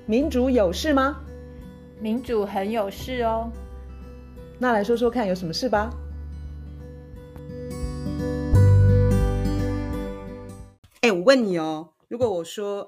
民主有事吗？ 民主很有事哦。 那来说说看有什么事吧。我问你哦，如果我说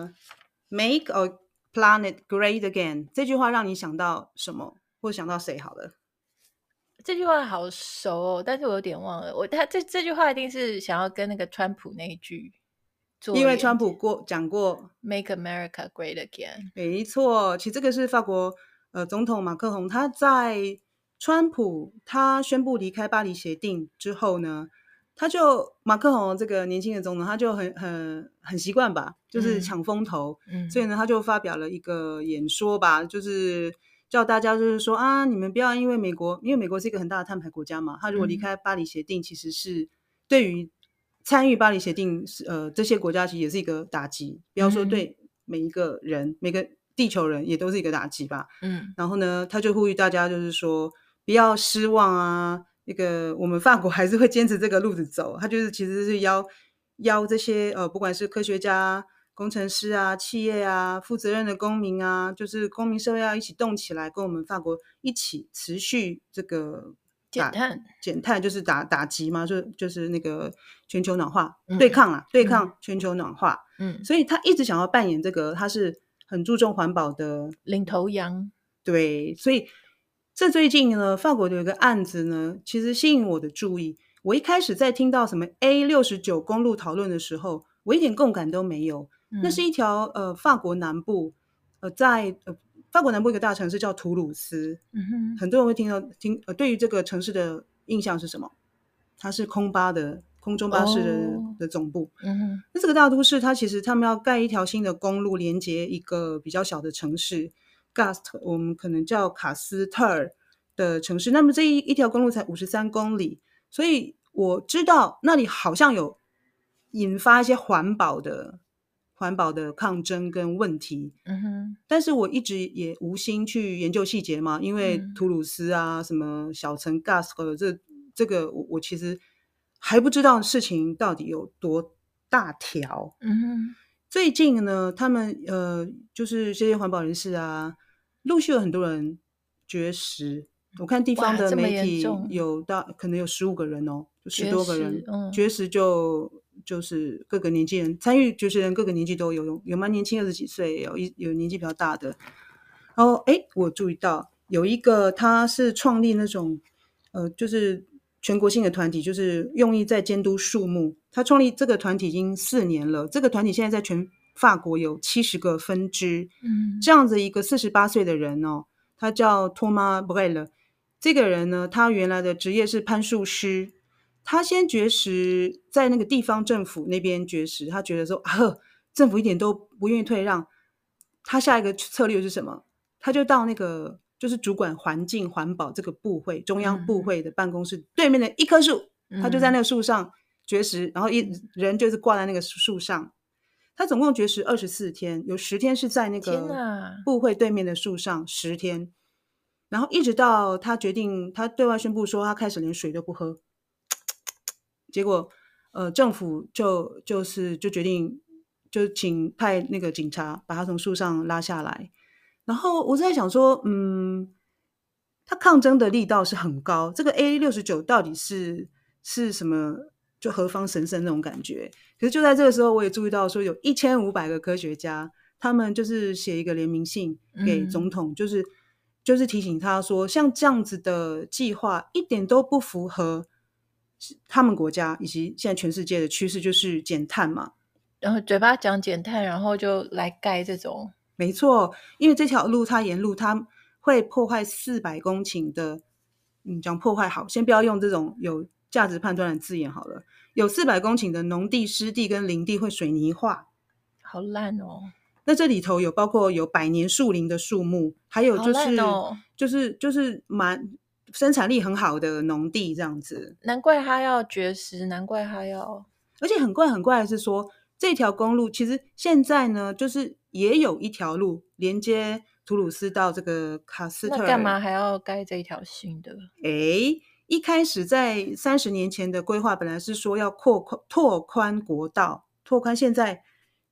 make a planet great again 这句话让你想到什么，或想到谁好了？ 这句话好熟哦，但是我有点忘了。这句话一定是想要跟那个川普那一句做连结， 因为川普讲过 Make America Great Again。 没错，其实这个是法国总统马克宏，他在川普他宣布离开巴黎协定之后呢，马克宏这个年轻的总统，他就很习惯吧，就是抢风头，所以呢，他就发表了一个演说吧，就是叫大家就是说啊，你们不要因为美国是一个很大的碳排国家嘛，他如果离开巴黎协定，其实是对于参与巴黎协定这些国家其实也是一个打击，不要说对每一个人每个地球人也都是一个打击吧。然后呢，他就呼吁大家就是说不要失望啊，那个我们法国还是会坚持这个路子走。他就是其实是邀这些不管是科学家、工程师啊、企业啊、负责任的公民啊，就是公民社会要一起动起来，跟我们法国一起持续这个减碳就是打击嘛，就是那个全球暖化，对抗全球暖化。所以他一直想要扮演这个，他是很注重环保的领头羊。 对，所以这最近呢，法国有一个案子呢，其实吸引我的注意。我一开始在听到什么 A69公路讨论的时候，我一点共感都没有。那是一条法国南部法国南部一个大城市叫图鲁斯。很多人会对于这个城市的印象是什么？它是空中巴士的总部。那这个大都市它其实他们要盖一条新的公路连接一个比较小的城市 Gast， 我们可能叫卡斯特尔的城市。那么这一条公路才53公里，所以我知道那里好像有引发一些环保的抗争跟问题。但是我一直也无心去研究细节嘛，因为图鲁斯啊什么小城 Gast 这个我其实还不知道事情到底有多大条。最近呢，他们就是这些环保人士啊，陆续有很多人绝食。我看地方的媒体可能有15个人哦，就10多个人绝食，就是各个年纪人参与绝食人，各个年纪都有蛮年轻20几岁，有年纪比较大的。然后我注意到有一个他是创立那种就是全国性的团体，就是用意在监督树木。他创立这个团体已经4年了，这个团体现在在全法国有70个分支。这样子一个48岁的人哦，他叫托马布雷勒。这个人呢，他原来的职业是攀树师。他先绝食，在那个地方政府那边绝食，他觉得说政府一点都不愿意退让。他下一个策略是什么？他就到那个就是主管环境环保这个部会中央部会的办公室对面的一棵树，他就在那个树上绝食，然后人就是挂在那个树上。他总共绝食24天，有10天是在那个部会对面的树上10天，然后一直到他决定，他对外宣布说他开始连水都不喝。结果政府就决定就派那个警察把他从树上拉下来。然后我在想说他抗争的力道是很高，这个 A69 到底是什么，就何方神圣那种感觉。可是就在这个时候，我也注意到说有1500个科学家，他们就是写一个联名信给总统，就是提醒他说，像这样子的计划一点都不符合他们国家以及现在全世界的趋势，就是减碳嘛。 然后嘴巴讲减碳，然后就来盖这种。 没错，因为这条路它沿路它会破坏400公顷的，讲破坏好，先不要用这种有价值判断的字眼好了。有400公顷的农地、湿地跟林地会水泥化， 好烂哦。 那这里头包括有百年树林的树木，还有就是蛮生产力很好的农地这样子。 难怪他要绝食，难怪他要。 而且很怪的是说，这条公路其实现在呢，就是也有一条路连接图鲁斯到这个卡斯特尔。 那干嘛还要盖这一条新的？ 一开始在30年前的规划本来是说要拓宽国道，拓宽，现在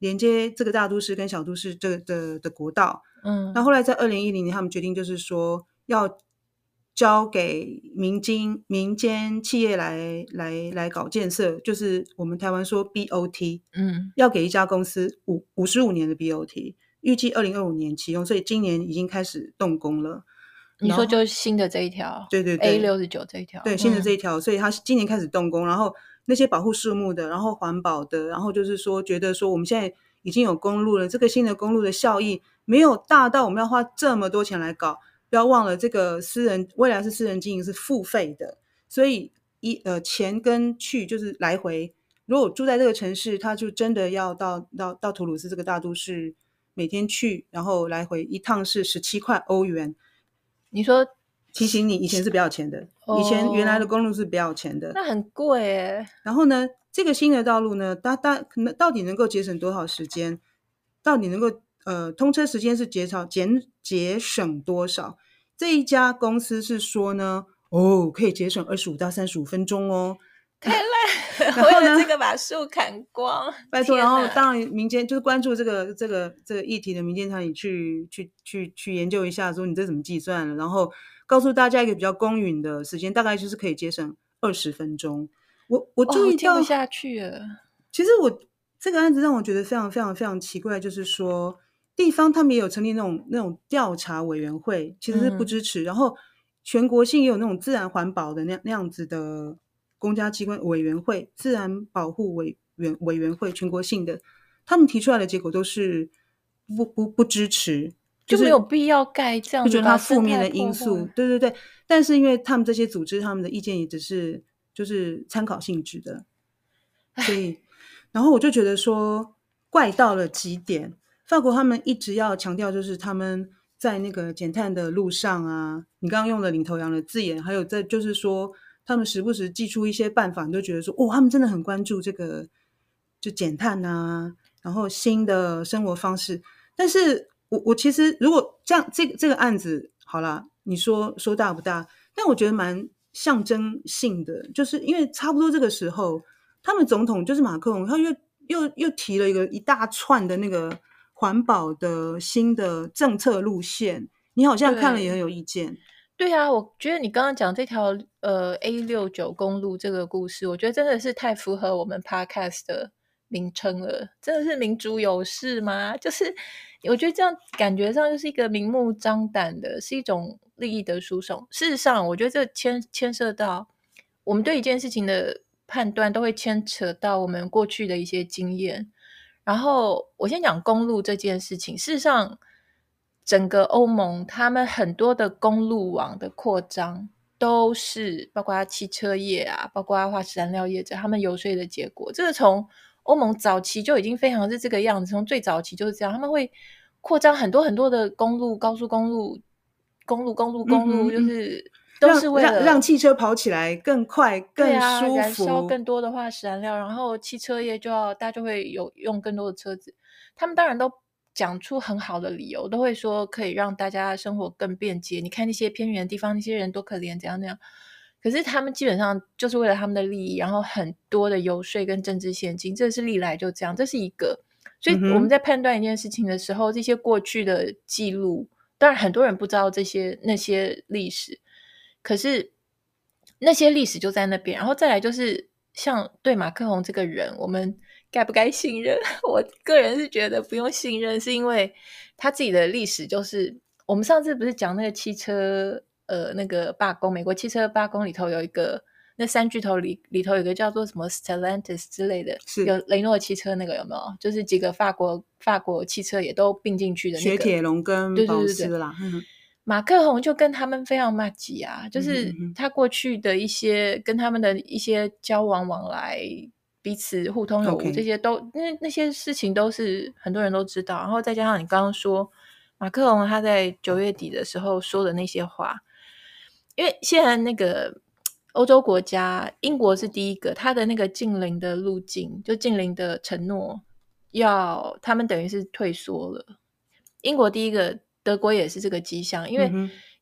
连接这个大都市跟小都市的国道。那后来在2010年，他们决定就是说要交给民间企业来搞建设，就是我们台湾说 BOT， 要给一家公司55年的 BOT， 预计2025年启用，所以今年已经开始动工了。 你说就是新的这一条， 对对对 A69 这一条， 对，新的这一条，所以它今年开始动工，然后那些保护树木的，然后环保的，然后就是说觉得说我们现在已经有公路了，这个新的公路的效益没有大到我们要花这么多钱来搞。不要忘了，这个未来是私人经营，是付费的，所以钱跟去就是来回。如果住在这个城市，他就真的要到图鲁斯这个大都市，每天去，然后来回一趟是17块欧元。 你说提醒你，以前是不要钱的，以前原来的公路是不要钱的， 那很贵耶。 然后呢，这个新的道路呢，到底能够节省多少时间？到底能够通车时间是节省多少？这一家公司是说呢，可以节省25到35分钟哦。 太烂了，为了这个把树砍光， 拜托。然后当然民间就是关注这个议题的民间团体去研究一下，说你这怎么计算了，然后告诉大家一个比较公允的时间，大概就是可以节省20分钟。我注意到， 听不下去了。 其实这个案子让我觉得非常非常非常奇怪，就是说地方他们也有成立那种调查委员会，其实是不支持，然后全国性也有那种自然环保的那样子的公家机关委员会，自然保护委员会，全国性的，他们提出来的结果都是不支持， 就没有必要盖这样子， 就觉得它负面的因素，对对对。但是因为他们这些组织，他们的意见也只是就是参考性质的，所以然后我就觉得说怪到了极点。法国他们一直要强调，就是他们在那个减碳的路上啊，你刚刚用的领头羊的字眼，还有在就是说他们时不时祭出一些办法，你就觉得说他们真的很关注这个就减碳啊，然后新的生活方式。但是我其实如果这样这个案子好啦，你说大不大，但我觉得蛮象征性的，就是因为差不多这个时候他们总统就是马克龙，他又提了一大串的那个环保的新的政策路线，你好像看了也很有意见。 对啊，我觉得你刚刚讲这条A69公路这个故事，我觉得真的是太符合我们 podcast 的名称了。真的是民主有事吗？就是我觉得这样感觉上就是一个明目张胆的，是一种利益的输送。事实上，我觉得这牵涉到我们对一件事情的判断，都会牵扯到我们过去的一些经验。然后我先讲公路这件事情，事实上整个欧盟他们很多的公路网的扩张都是包括汽车业啊，包括化石燃料业者他们游说的结果。这个从欧盟早期就已经非常是这个样子，从最早期就是这样，他们会扩张很多很多的公路、高速公路、就是都是为了让汽车跑起来更快、更舒服， 燃烧更多的化石燃料，然后汽车业大家就会用更多的车子。他们当然都讲出很好的理由，都会说可以让大家生活更便捷。你看那些偏远的地方，那些人多可怜，怎样怎样。可是他们基本上就是为了他们的利益，然后很多的游说跟政治献金，这是历来就这样，这是一个。所以我们在判断一件事情的时候，这些过去的记录，当然很多人不知道那些历史，可是那些历史就在那边。然后再来就是像对马克宏这个人，我们该不该信任？我个人是觉得不用信任，是因为他自己的历史就是我们上次不是讲那个汽车那个罢工，美国汽车罢工里头有一个那三巨头里头有一个叫做什么 Stellantis 之类的，有雷诺汽车那个有没有？就是几个法国汽车也都并进去的那个雪铁龙跟保时啦。 马克宏就跟他们非常麻吉啊，就是他过去的一些跟他们的一些交往往来，彼此互通有无，这些都那些事情都是很多人都知道。然后再加上你刚刚说马克宏他在9月底的时候说的那些话，因为现在那个欧洲国家，英国是第一个，他的那个净零的路径，就净零的承诺，他们等于是退缩了。英国第一个，德国也是这个迹象，因为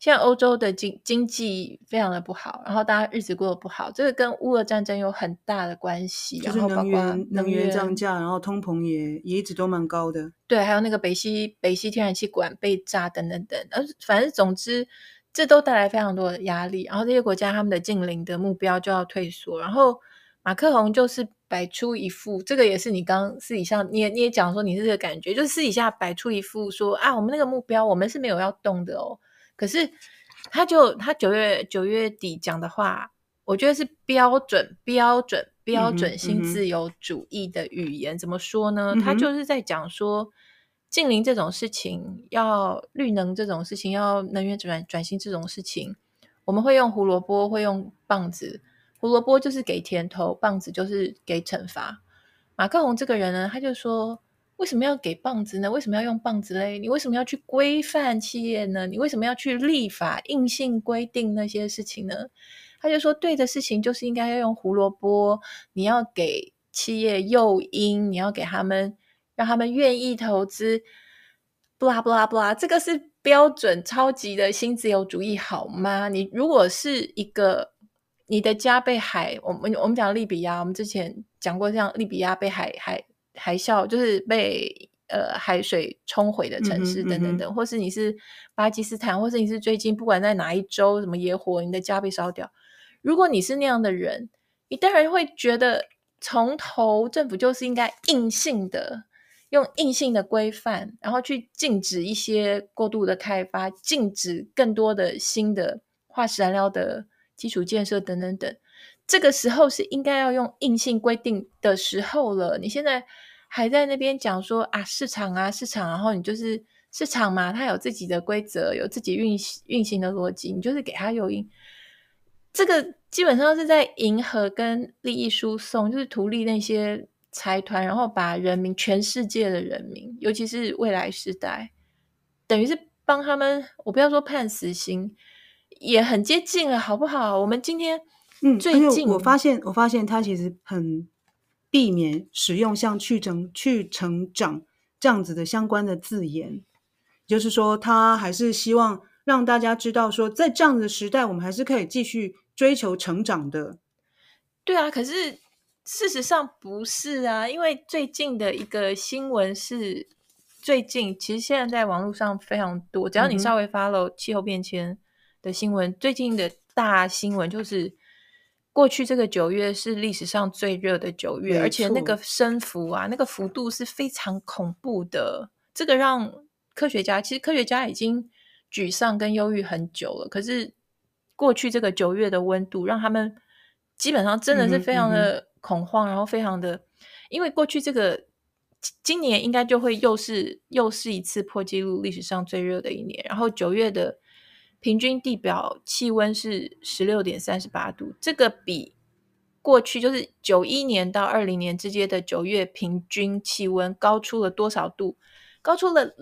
现在欧洲的经济非常的不好，然后大家日子过得不好，这个跟乌俄战争有很大的关系， 就是然后包括能源涨价，然后通膨也一直都蛮高的。 对，还有那个北溪天然气管被炸等等等，反正总之这都带来非常多的压力，然后这些国家他们的近邻的目标就要退缩，然后马克宏就是摆出一副，这个也是你刚私底下你也讲说你是这个感觉，就是私底下摆出一副说啊，我们那个目标我们是没有要动的哦，可是他九月底讲的话，我觉得是标准新自由主义的语言。怎么说呢？他就是在讲说，近邻这种事情，要绿能这种事情，要能源转型这种事情，我们会用胡萝卜，会用棒子。胡萝卜就是给甜头，棒子就是给惩罚。马克宏这个人呢，他就说，为什么要给棒子呢？为什么要用棒子嘞？你为什么要去规范企业呢？你为什么要去立法硬性规定那些事情呢？他就说，对的事情就是应该要用胡萝卜，你要给企业诱因，你要给他们，让他们愿意投资，不啦不啦不啦，这个是标准超级的新自由主义好吗？你如果是一个你的家被我们讲利比亚，我们之前讲过，像利比亚被海啸，就是被海水冲毁的城市等等等，或是你是巴基斯坦，或是你是最近不管在哪一州什么野火，你的家被烧掉，如果你是那样的人，你当然会觉得从头政府就是应该用硬性的规范，然后去禁止一些过度的开发，禁止更多的新的化石燃料的基础建设等等等。这个时候是应该要用硬性规定的时候了。你现在还在那边讲说啊，市场，然后你就是市场嘛，它有自己的规则，有自己运行的逻辑，你就是给它诱因。这个基本上是在迎合跟利益输送，就是图利那些财团，然后把全世界的人民，尤其是未来世代，等于是帮他们，我不要说判死刑，也很接近了，好不好？我们今天最近， 我发现他其实很避免使用像去成长这样子的相关的字眼，就是说他还是希望让大家知道说，在这样的时代，我们还是可以继续追求成长的。 对啊，可是事实上不是啊，因为最近的一个新闻是，最近其实现在在网络上非常多，只要你稍微 follow 气候变迁的新闻，最近的大新闻就是过去这个9月是历史上最热的9月，而且那个升幅啊，那个幅度是非常恐怖的，这个让其实科学家已经沮丧跟忧郁很久了，可是过去这个9月的温度让他们基本上真的是非常的恐慌，然后非常的，因为过去这个今年应该就会又是一次破纪录历史上最热的一年，然后9月的平均地表气温是 16.38 度，这个比过去就是91年到20年之间的9月平均气温高出了多少度？高出了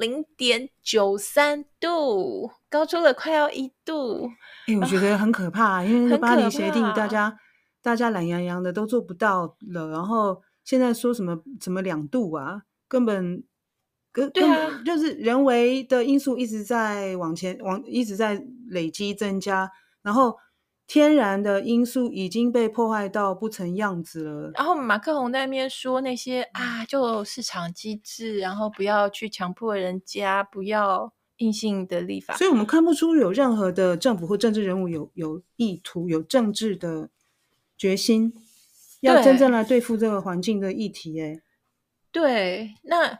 0.93 度，高出了快要1度。 我觉得很可怕，因为那个巴黎协定大家懒洋洋的都做不到了，然后现在说什么2度啊，根本就是人为的因素一直在一直在累积增加，然后天然的因素已经被破坏到不成样子了。 然后马克宏在那边说那些就市场机制，然后不要去强迫人家，不要硬性的立法， 所以我们看不出有任何的政府或政治人物有意图、有政治的决心，要真正来对付这个环境的议题。 对，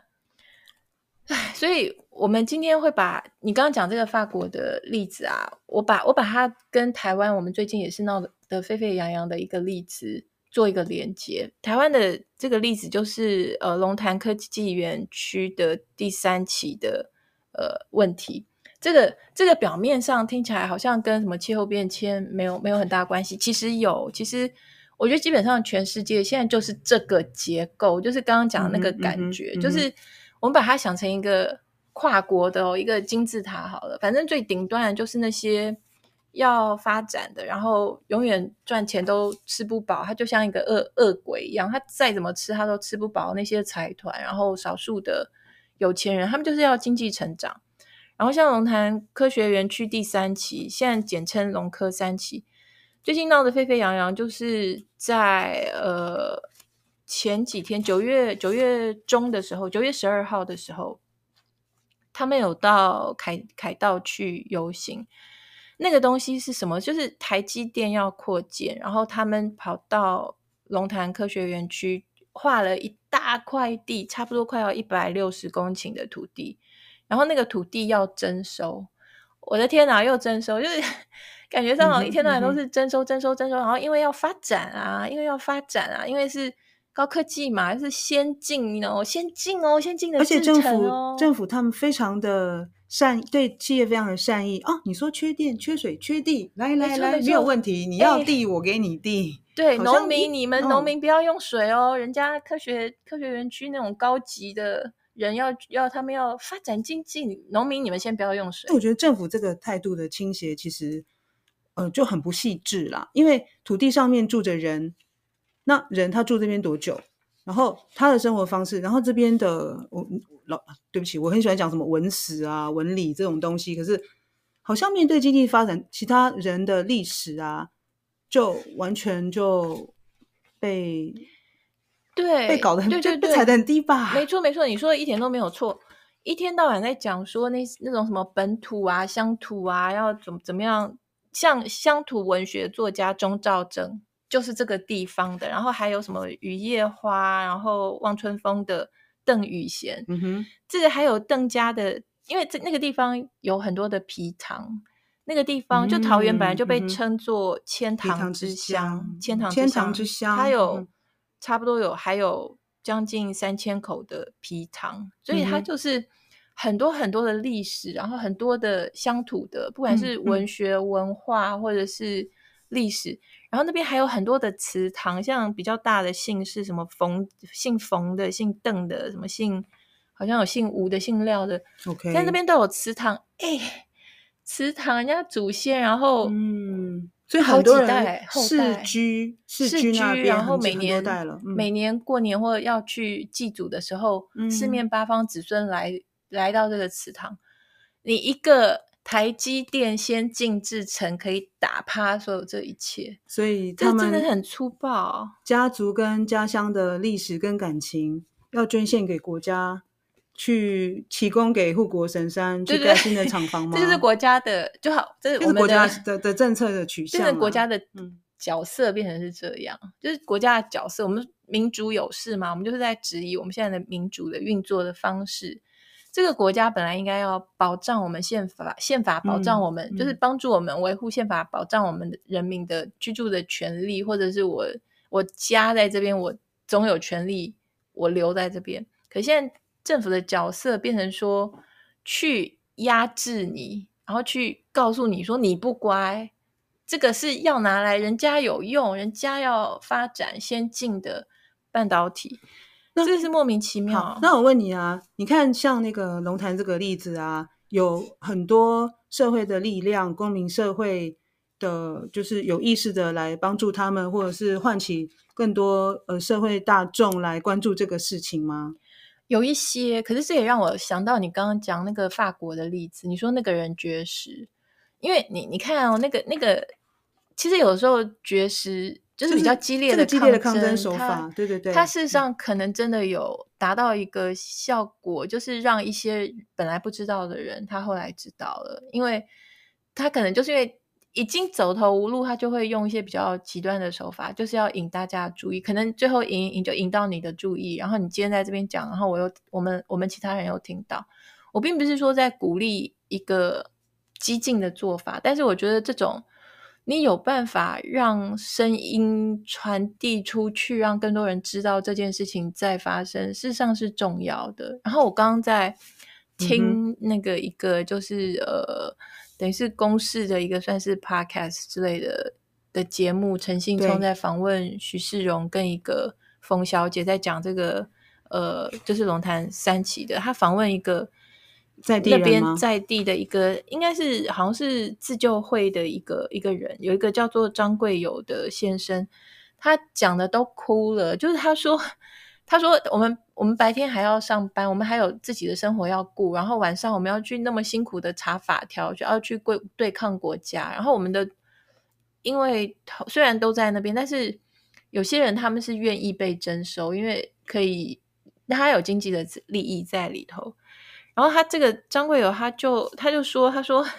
所以我们今天会把你刚刚讲这个法国的例子啊，我把它跟台湾我们最近也是闹得沸沸扬扬的一个例子做一个连接。台湾的这个例子就是龙潭科技园区的第3期的问题。这个表面上听起来好像跟什么气候变迁没有很大关系，其实有，其实我觉得基本上全世界现在就是这个结构，就是刚刚讲的那个感觉，就是我们把它想成一个跨国的一个金字塔好了，反正最顶端的就是那些要发展的，然后永远赚钱都吃不饱，它就像一个恶鬼一样，它再怎么吃它都吃不饱那些财团，然后少数的有钱人，他们就是要经济成长。 然后像龙潭科学园区第3期，现在简称龙科3期，最近闹得沸沸扬扬，就是在前几天9月中的时候，9月12号的时候，他们有到凯道去游行。那个东西是什么？就是台积电要扩建，然后他们跑到龙潭科学园区划了一大块地，差不多快要160公顷的土地，然后那个土地要征收。我的天哪，又征收，就是感觉上一天到晚都是征收，然后因为要发展啊，因为是高科技嘛，是先进的制程哦， 而且政府他们非常的对企业非常的善意哦。你说缺电、缺水、缺地，来，没有问题，你要地我给你地。 对，你们农民不要用水哦，人家科学园区那种高级的人他们要发展经济，农民你们先不要用水。 我觉得政府这个态度的倾斜其实就很不细致啦，因为土地上面住着人，那人他住这边多久，然后他的生活方式，然后这边的对不起，我很喜欢讲什么文史啊文理这种东西，可是好像面对经济发展，其他人的历史啊就完全就被搞得对被踩得很低吧。 没错，你说的一点都没有错。一天到晚在讲说那种什么本土啊乡土啊要怎么样，像乡土文学作家钟肇政就是这个地方的，然后还有什么雨夜花，然后望春风的邓雨贤，这个还有邓家的，因为那个地方有很多的皮糖，那个地方就桃园本来就被称作千糖之乡，它有差不多还有将近3000口的皮糖，所以它就是很多很多的历史，然后很多的乡土的，不管是文学文化或者是历史，然后那边还有很多的祠堂，像比较大的姓是什么姓冯的、姓邓的，什么好像有姓吴的、姓廖的，在那边都有祠堂。祠堂人家祖先，然后所以很多人世居那边， 然后每年过年或者要去祭祖的时候，四面八方子孙来到这个祠堂，你一个台积电先进制程可以打趴所有这一切， 所以他们真的很粗暴。 家族跟家乡的历史跟感情要捐献给国家，去提供给护国神山，去盖新的厂房吗？ 这就是国家的就好，这是我们国家的政策的取向， 变成国家的角色变成是这样，就是国家的角色。我们民主有事嘛，我们就是在质疑我们现在的民主的运作的方式。这个国家本来应该要保障我们宪法保障我们，就是帮助我们维护宪法保障我们人民的居住的权利，或者是我家在这边，我总有权利我留在这边。可现在政府的角色变成说去压制你，然后去告诉你说你不乖，这个是要拿来人家有用，人家要发展先进的半导体，这是莫名其妙。 那我问你啊，你看像那个龙潭这个例子啊，有很多社会的力量，公民社会的就是有意识的来帮助他们，或者是唤起更多社会大众来关注这个事情吗？ 有一些，可是这也让我想到你刚刚讲那个法国的例子，你说那个人绝食，因为你看哦，那个其实有时候绝食就是比较激烈的抗争手法，对， 它事实上可能真的有达到一个效果，就是让一些本来不知道的人他后来知道了，因为他可能就是因为已经走投无路，他就会用一些比较极端的手法，就是要引大家的注意，可能最后引就引到你的注意，然后你今天在这边讲，然后我们其他人又听到。我并不是说在鼓励一个激进的做法，但是我觉得这种你有办法让声音传递出去，让更多人知道这件事情在发生，事实上是重要的。然后我刚刚在听那个一个就是等于是公视的一个算是 podcast 之类的节目，陈信聪在访问徐世荣跟一个冯小姐在讲这个就是龙潭3期的，他访问一个那边在地的一个应该是好像是自救会的一个人，有一个叫做张贵友的先生，他讲的都哭了，就是他说他说我们白天还要上班，我们还有自己的生活要顾，然后晚上我们要去那么辛苦的查法条，就要去对抗国家，然后我们的因为虽然都在那边，但是有些人他们是愿意被征收，因为可以他有经济的利益在里头。然后他这个张贵友他就说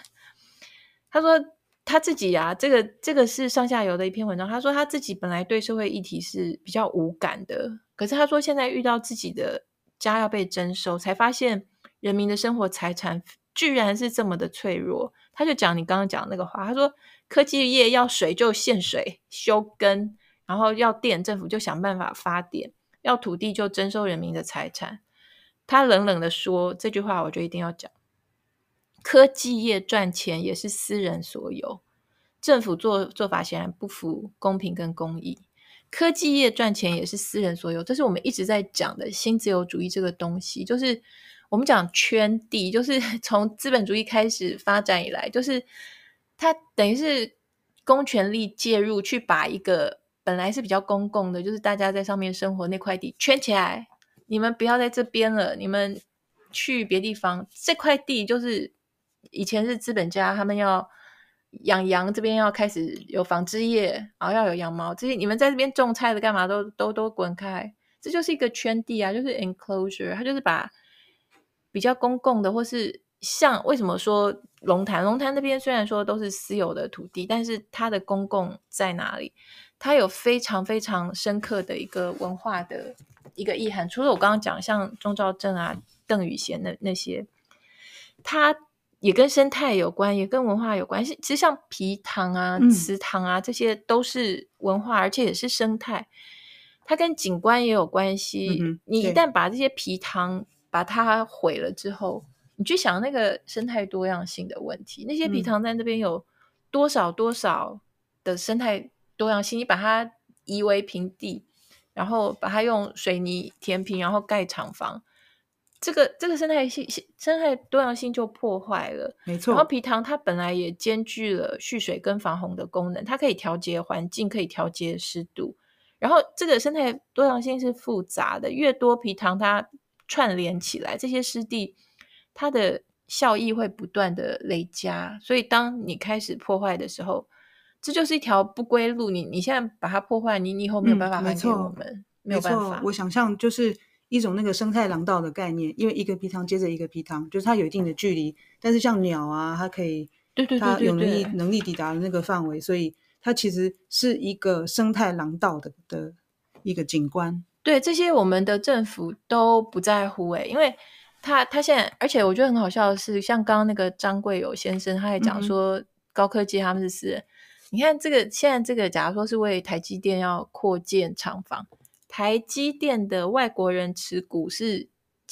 他自己啊，这个是上下游的一篇文章。他说他自己本来对社会议题是比较无感的，可是他说现在遇到自己的家要被征收，才发现人民的生活财产居然是这么的脆弱。他就讲你刚刚讲那个话，他说科技业要水就限水休耕，然后要电政府就想办法发电，要土地就征收人民的财产。他冷冷的说这句话，我就一定要讲。科技业赚钱也是私人所有，政府做法显然不符公平跟公义。科技业赚钱也是私人所有，这是我们一直在讲的新自由主义这个东西，就是我们讲圈地，就是从资本主义开始发展以来，就是它等于是公权力介入去把一个本来是比较公共的，就是大家在上面生活那块地圈起来，你们不要在这边了，你们去别地方。这块地就是以前是资本家他们要养羊，这边要开始有纺织业，然后要有羊毛，这些你们在这边种菜的干嘛都滚开。这就是一个圈地啊，就是 enclosure， 它就是把比较公共的，或是像为什么说龙潭那边虽然说都是私有的土地，但是它的公共在哪里？它有非常非常深刻的一个文化的一个意涵。除了我刚刚讲像钟肇政啊、邓宇贤那些，它也跟生态有关，也跟文化有关。其实像皮塘啊、祠堂啊，这些都是文化，而且也是生态。它跟景观也有关系。你一旦把这些皮塘把它毁了之后，你去想那个生态多样性的问题，那些皮塘在那边有多少的生态多样性，你把它夷为平地，然后把它用水泥填平，然后盖厂房，这个生态多样性就破坏了。 没错。 然后皮塘它本来也兼具了蓄水跟防洪的功能，它可以调节环境，可以调节湿度。然后这个生态多样性是复杂的，越多皮塘它串联起来，这些湿地它的效益会不断的累加。所以当你开始破坏的时候，这就是一条不归路。你现在把它破坏，你以后没有办法还给我们，没有办法。 我想象就是一种那个生态廊道的概念，因为一个皮塘接着一个皮塘，就是它有一定的距离，但是像鸟啊，它可以，它有能力抵达那个范围，所以它其实是一个生态廊道的一个景观。 对，这些我们的政府都不在乎因为他现在，而且我觉得很好笑的是，像刚刚那个张贵友先生，他还讲说高科技他们是私人。你看这个现在这个，假如说是为台积电要扩建厂房，台积电的外国人持股是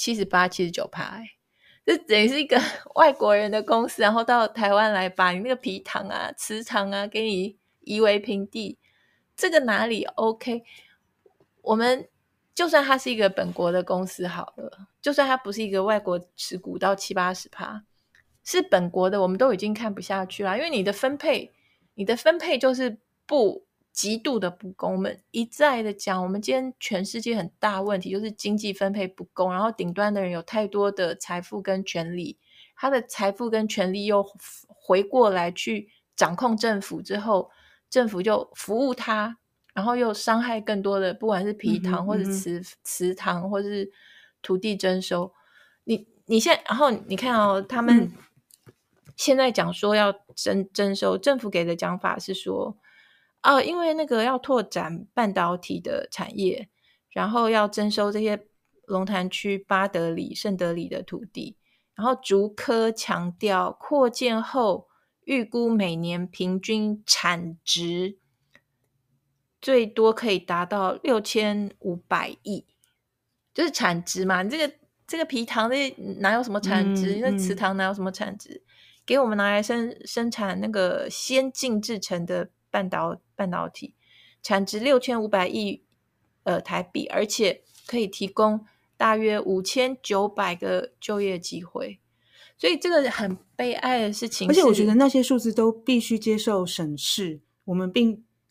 78-79%，这等于是一个外国人的公司，然后到台湾来把你那个皮塘啊、祠堂啊给你夷为平地，这个哪里 OK？ 我们就算它是一个本国的公司好了，就算它不是一个外国持股到70-80%，是本国的，我们都已经看不下去了，因为你的分配就是极度的不公。我们一再的讲，我们今天全世界很大问题就是经济分配不公，然后顶端的人有太多的财富跟权力，他的财富跟权力又回过来去掌控政府之后，政府就服务他，然后又伤害更多的，不管是皮塘或者祠堂或者是土地征收。你现在，然后你看他们现在讲说要征收，政府给的讲法是说因为那个要拓展半导体的产业，然后要征收这些龙潭区八德里、圣德里的土地，然后竹科强调扩建后预估每年平均产值最多可以达到6500亿，就是产值嘛。你这个皮塘哪有什么产值？那祠堂哪有什么产值？给我们拿来生产那个先进制成的半导体，产值6500亿台币，而且可以提供大约5900个就业机会。所以这个很悲哀的事情， 而且我觉得那些数字都必须接受审视。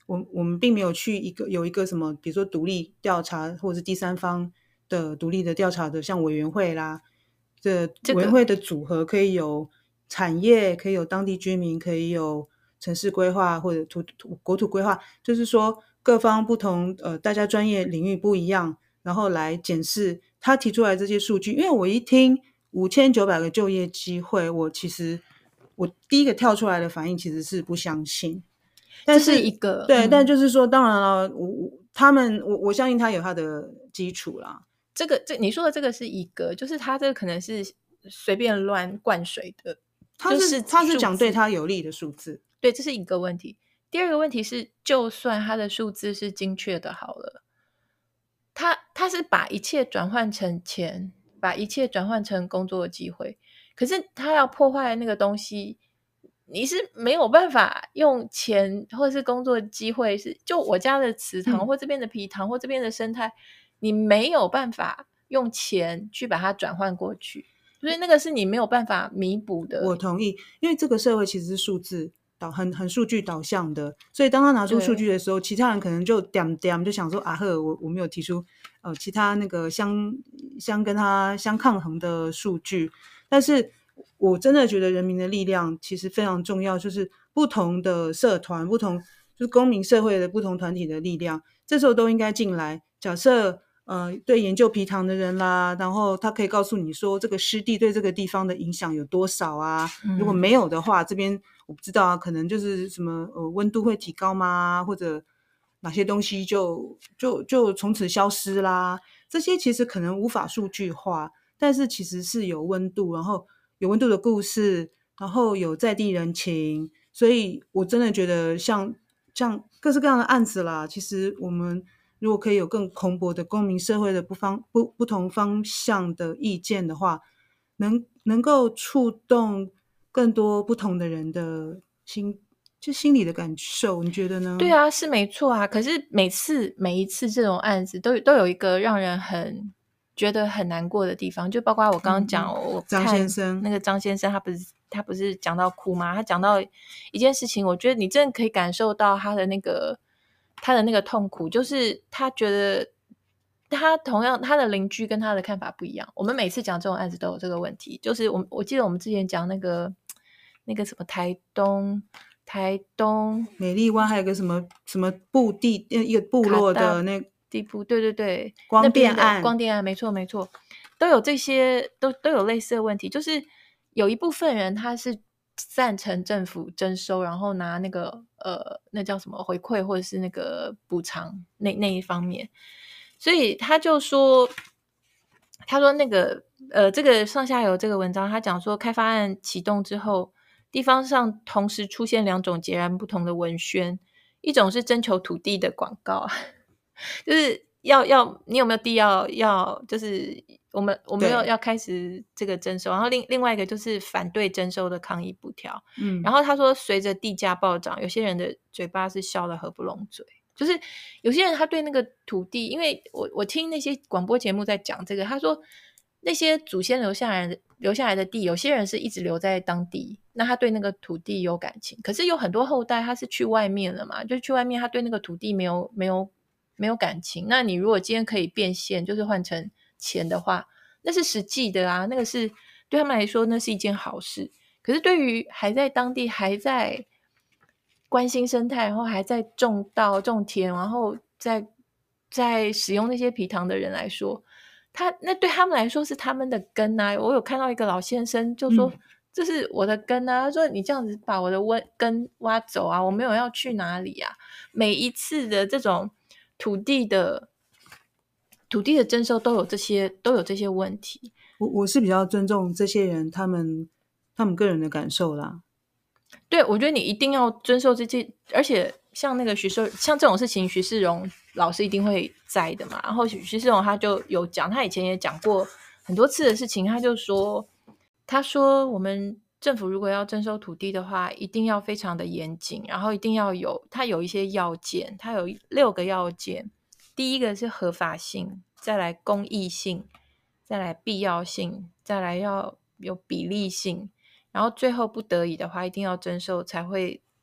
我们并没有去有一个什么，比如说独立调查或者是第三方的独立的调查的，像委员会啦，这委员会的组合可以有产业，可以有当地居民，可以有城市规划或者国土规划，就是说各方不同大家专业领域不一样，然后来检视他提出来这些数据。因为我一听5900个就业机会，其实我第一个跳出来的反应其实是不相信。但是一个对，但就是说，当然了，我相信他有他的基础啦。 你说的这个是一个，就是他这个可能是随便乱灌水的， 他是讲对他有利的数字， 对，这是一个问题。第二个问题是，就算他的数字是精确的，好了，他是把一切转换成钱，把一切转换成工作的机会，可是他要破坏那个东西，你是没有办法用钱或者是工作机会，就我家的祠堂或这边的皮堂或这边的生态，你没有办法用钱去把它转换过去，所以那个是你没有办法弥补的。 我同意，因为这个社会其实是数字很数据导向的，所以当他拿出数据的时候，其他人可能就就想说啊呵，我没有提出其他那个跟他相抗衡的数据，但是我真的觉得人民的力量其实非常重要，就是不同的社团就是公民社会的不同团体的力量，这时候都应该进来。假设对研究皮塘的人啦，然后他可以告诉你说这个湿地对这个地方的影响有多少啊，如果没有的话，这边我不知道啊，可能就是什么温度会提高吗，或者哪些东西就从此消失啦，这些其实可能无法数据化，但是其实是有温度，然后有温度的故事，然后有在地人情，所以我真的觉得像各式各样的案子啦，其实我们如果可以有更蓬勃的公民社会的不同方向的意见的话，能够触动更多不同的人的心理的感受，你觉得呢？ 对啊，是没错啊。可是每一次这种案子都有一个让人觉得很难过的地方，就包括我刚刚讲，我看张先生那个张先生，他不是讲到哭吗？他讲到一件事情，我觉得你真的可以感受到他的那个痛苦，就是他觉得同样他的邻居跟他的看法不一样。我们每次讲这种案子都有这个问题，就是我记得我们之前讲那个什么台东美丽湾还有个什么部地一个部落的那地部，对， 光电案， 没错，都有这些都有类似的问题，就是有一部分人他是赞成政府征收，然后拿那个那叫什么回馈或者是那个补偿那一方面，所以他说那个这个上下游这个文章，他讲说开发案启动之后，地方上同时出现2种截然不同的文宣，一种是征求土地的广告，就是要你有没有地要就是我们要开始这个征收，然后另外一个就是反对征收的抗议布条。然后他说随着地价暴涨，有些人的嘴巴是笑得合不拢嘴，就是有些人他对那个土地，因为我听那些广播节目在讲这个，他说那些祖先留下来的地，有些人是一直留在当地，那他对那个土地有感情，可是有很多后代他是去外面了嘛，就去外面他对那个土地没有感情，那你如果今天可以变现，就是换成钱的话，那是实际的啊，那个是对他们来说那是一件好事。可是对于还在当地还在关心生态，然后还在种田，然后在使用那些皮塘的人来说，那对他们来说是他们的根啊。我有看到一个老先生就说，这是我的根啊，他说你这样子把我的根挖走啊，我没有要去哪里啊。每一次的这种土地的征收都有这些问题。 我是比较尊重这些人他们个人的感受啦。 对，我觉得你一定要遵守这些，而且像那个像这种事情，徐世荣老师一定会在的嘛。然后徐世荣他就有讲，他以前也讲过很多次的事情，他说我们政府如果要征收土地的话，一定要非常的严谨，然后一定要它有一些要件，它有6个要件。第一个是合法性，再来公益性，再来必要性，再来要有比例性，然后最后不得已的话，一定要征收才会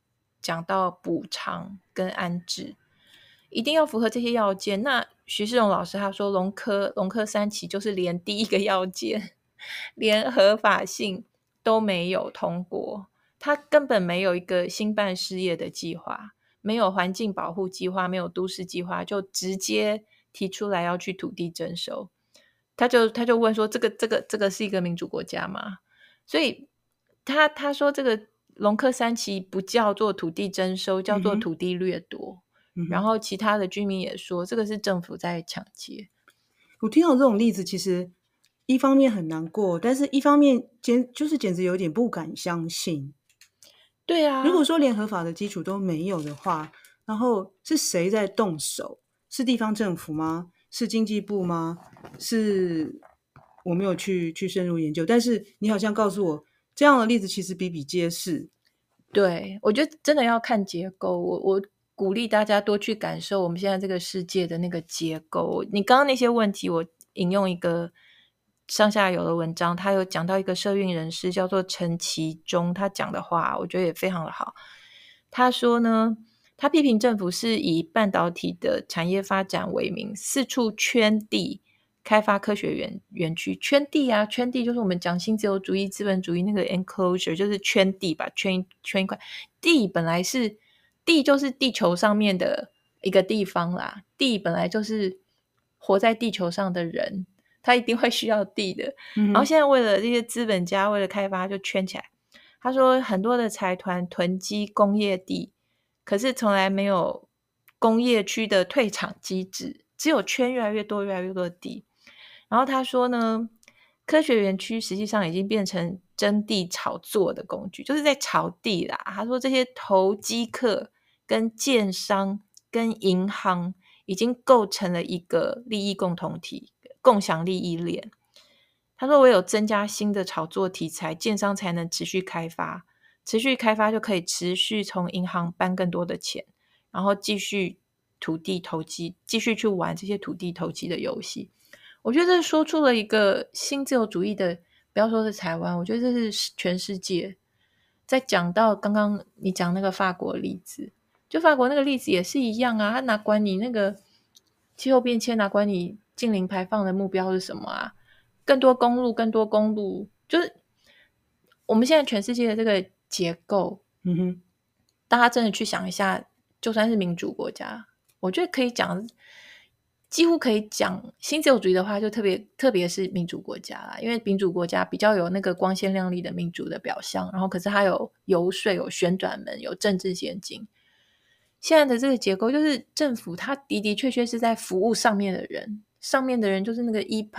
讲到补偿跟安置，一定要符合这些要件。那徐世荣老师他说农科三期就是连第一个要件连合法性都没有通过，他根本没有一个兴办事业的计划，没有环境保护计划，没有都市计划，就直接提出来要去土地征收。他就问说这个是一个民主国家吗？所以他说这个农科三期不叫做土地征收，叫做土地掠夺。然后其他的居民也说这个是政府在抢劫。 我听到这种例子，其实一方面很难过，但是一方面简直有点不敢相信。 对啊， 如果说连合法的基础都没有的话，然后是谁在动手？是地方政府吗？是经济部吗？是我没有去深入研究，但是你好像告诉我，这样的例子其实比比皆是。 对，我觉得真的要看结构。我鼓励大家多去感受我们现在这个世界的那个结构。你刚刚那些问题，我引用一个上下游的文章，他有讲到一个社运人士叫做陈其中，他讲的话我觉得也非常的好。他说呢，他批评政府是以半导体的产业发展为名，四处圈地开发科学园区。圈地啊，圈地就是我们讲新自由主义资本主义那个 enclosure， 就是圈地吧，圈一块地。本来是地就是地球上面的一个地方啦，地本来就是活在地球上的人，他一定会需要地的。然后现在为了这些资本家为了开发就圈起来。他说很多的财团囤积工业地，可是从来没有工业区的退场机制，只有圈越来越多的地。然后他说呢，科学园区实际上已经变成征地炒作的工具，就是在炒地啦。他说这些投机客跟建商跟银行已经构成了一个利益共同体，共享利益链。他说唯有增加新的炒作题材，建商才能持续开发，持续开发就可以持续从银行搬更多的钱，然后继续土地投机，继续去玩这些土地投机的游戏。我觉得这说出了一个新自由主义的，不要说是台湾，我觉得这是全世界。在讲到刚刚你讲那个法国例子，就法国那个例子也是一样啊，他哪管你那个气候变迁，哪管你净零排放的目标是什么啊，更多公路，就是我们现在全世界的这个结构，大家真的去想一下，就算是民主国家，我觉得可以讲，几乎可以讲新自由主义的话，就特别是民主国家啦，因为民主国家比较有那个光鲜亮丽的民主的表象，然后可是它有游说，有旋转门，有政治现金。现在的这个结构就是政府它的确是在服务上面的人，上面的人就是那个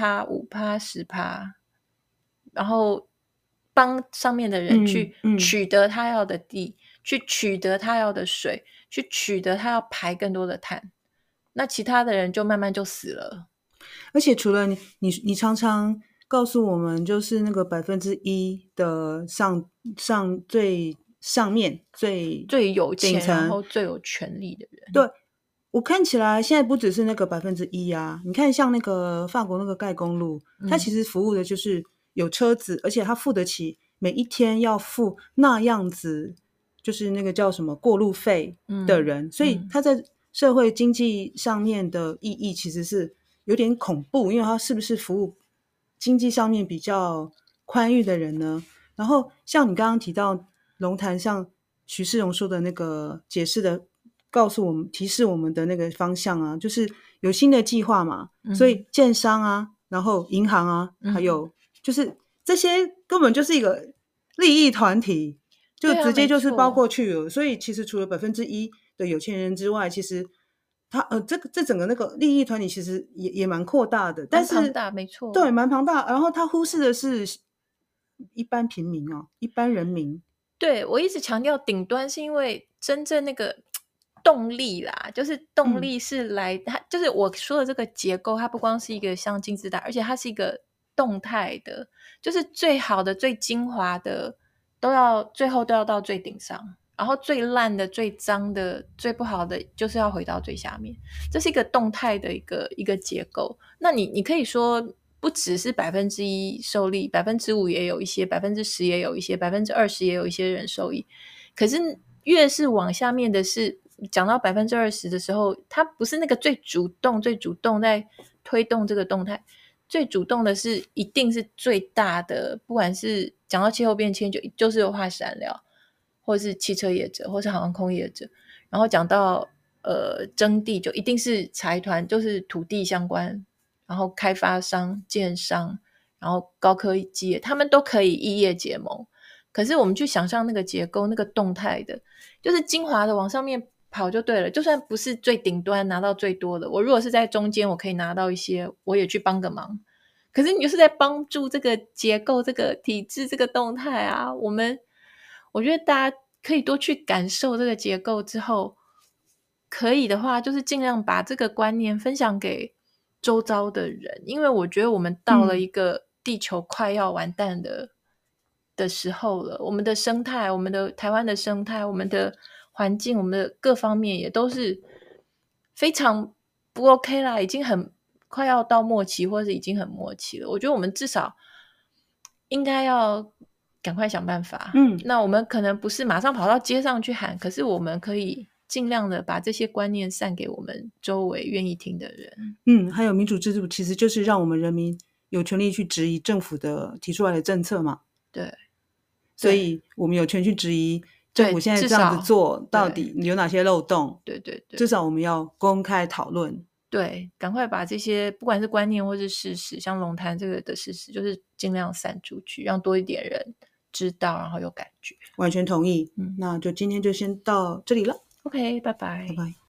1%、5%、10%，然后帮上面的人去取得他要的地，去取得他要的水，去取得他要排更多的碳，那其他的人就慢慢就死了。 而且除了你常常告诉我们，就是那个1%的最上面最有钱然后最有权力的人。 对，我看起来现在不只是那个1%啊，你看像那个法国那个盖公路，它其实服务的就是有车子，而且它付得起每一天要付那样子，就是那个叫什么过路费的人，所以它在社会经济上面的意义其实是有点恐怖，因为它是不是服务经济上面比较宽裕的人呢？然后像你刚刚提到龙潭，像徐世荣说的那个解释的，告诉我们提示我们的那个方向啊，就是有新的计划嘛，所以建商啊，然后银行啊，还有就是这些根本就是一个利益团体，就直接就是包过去了。所以其实除了1%的有钱人之外，其实他这整个那个利益团体其实也蛮扩大的，但是蛮庞大，没错， 对，蛮庞大。然后他忽视的是一般平民啊，一般人民。 对，我一直强调顶端是因为真正那个动力啦，就是动力是来，它就是我说的这个结构，它不光是一个像金字塔，而且它是一个动态的，就是最好的、最精华的最后都要到最顶上，然后最烂的、最脏的、最不好的，就是要回到最下面。这是一个动态的一个结构。那你可以说，不只是1%受益，5%也有一些，10%也有一些，20%也有一些人受益。可是越是往下面的是讲到20%的时候，它不是那个最主动在推动这个动态，最主动的是一定是最大的，不管是讲到气候变迁就是有化石燃料，或是汽车业者，或是航空业者，然后讲到征地就一定是财团，就是土地相关，然后开发商、建商，然后高科技业，他们都可以异业结盟。可是我们去想象那个结构，那个动态的，就是精华的往上面跑就对了，就算不是最顶端拿到最多的，我如果是在中间我可以拿到一些，我也去帮个忙。可是你就是在帮助这个结构、这个体制、这个动态啊，我觉得大家可以多去感受这个结构之后，可以的话就是尽量把这个观念分享给周遭的人，因为我觉得我们到了一个地球快要完蛋的时候了，我们的生态，我们的台湾的生态，我们的环境，我们的各方面也都是非常不 OK 啦，已经很快要到末期，或是已经很末期了。我觉得我们至少应该要赶快想办法。那我们可能不是马上跑到街上去喊，可是我们可以尽量的把这些观念散给我们周围愿意听的人。 还有民主制度其实就是让我们人民有权利去质疑政府的提出来的政策嘛。 对， 所以我们有权去质疑政府现在这样子做到底有哪些漏洞。 对对对， 至少我们要公开讨论。 对，赶快把这些不管是观念或是事实，像龙潭这个的事实，就是尽量散出去，让多一点人知道，然后有感觉。 完全同意。那就今天就先到这里了。 OK， 拜拜。 拜拜。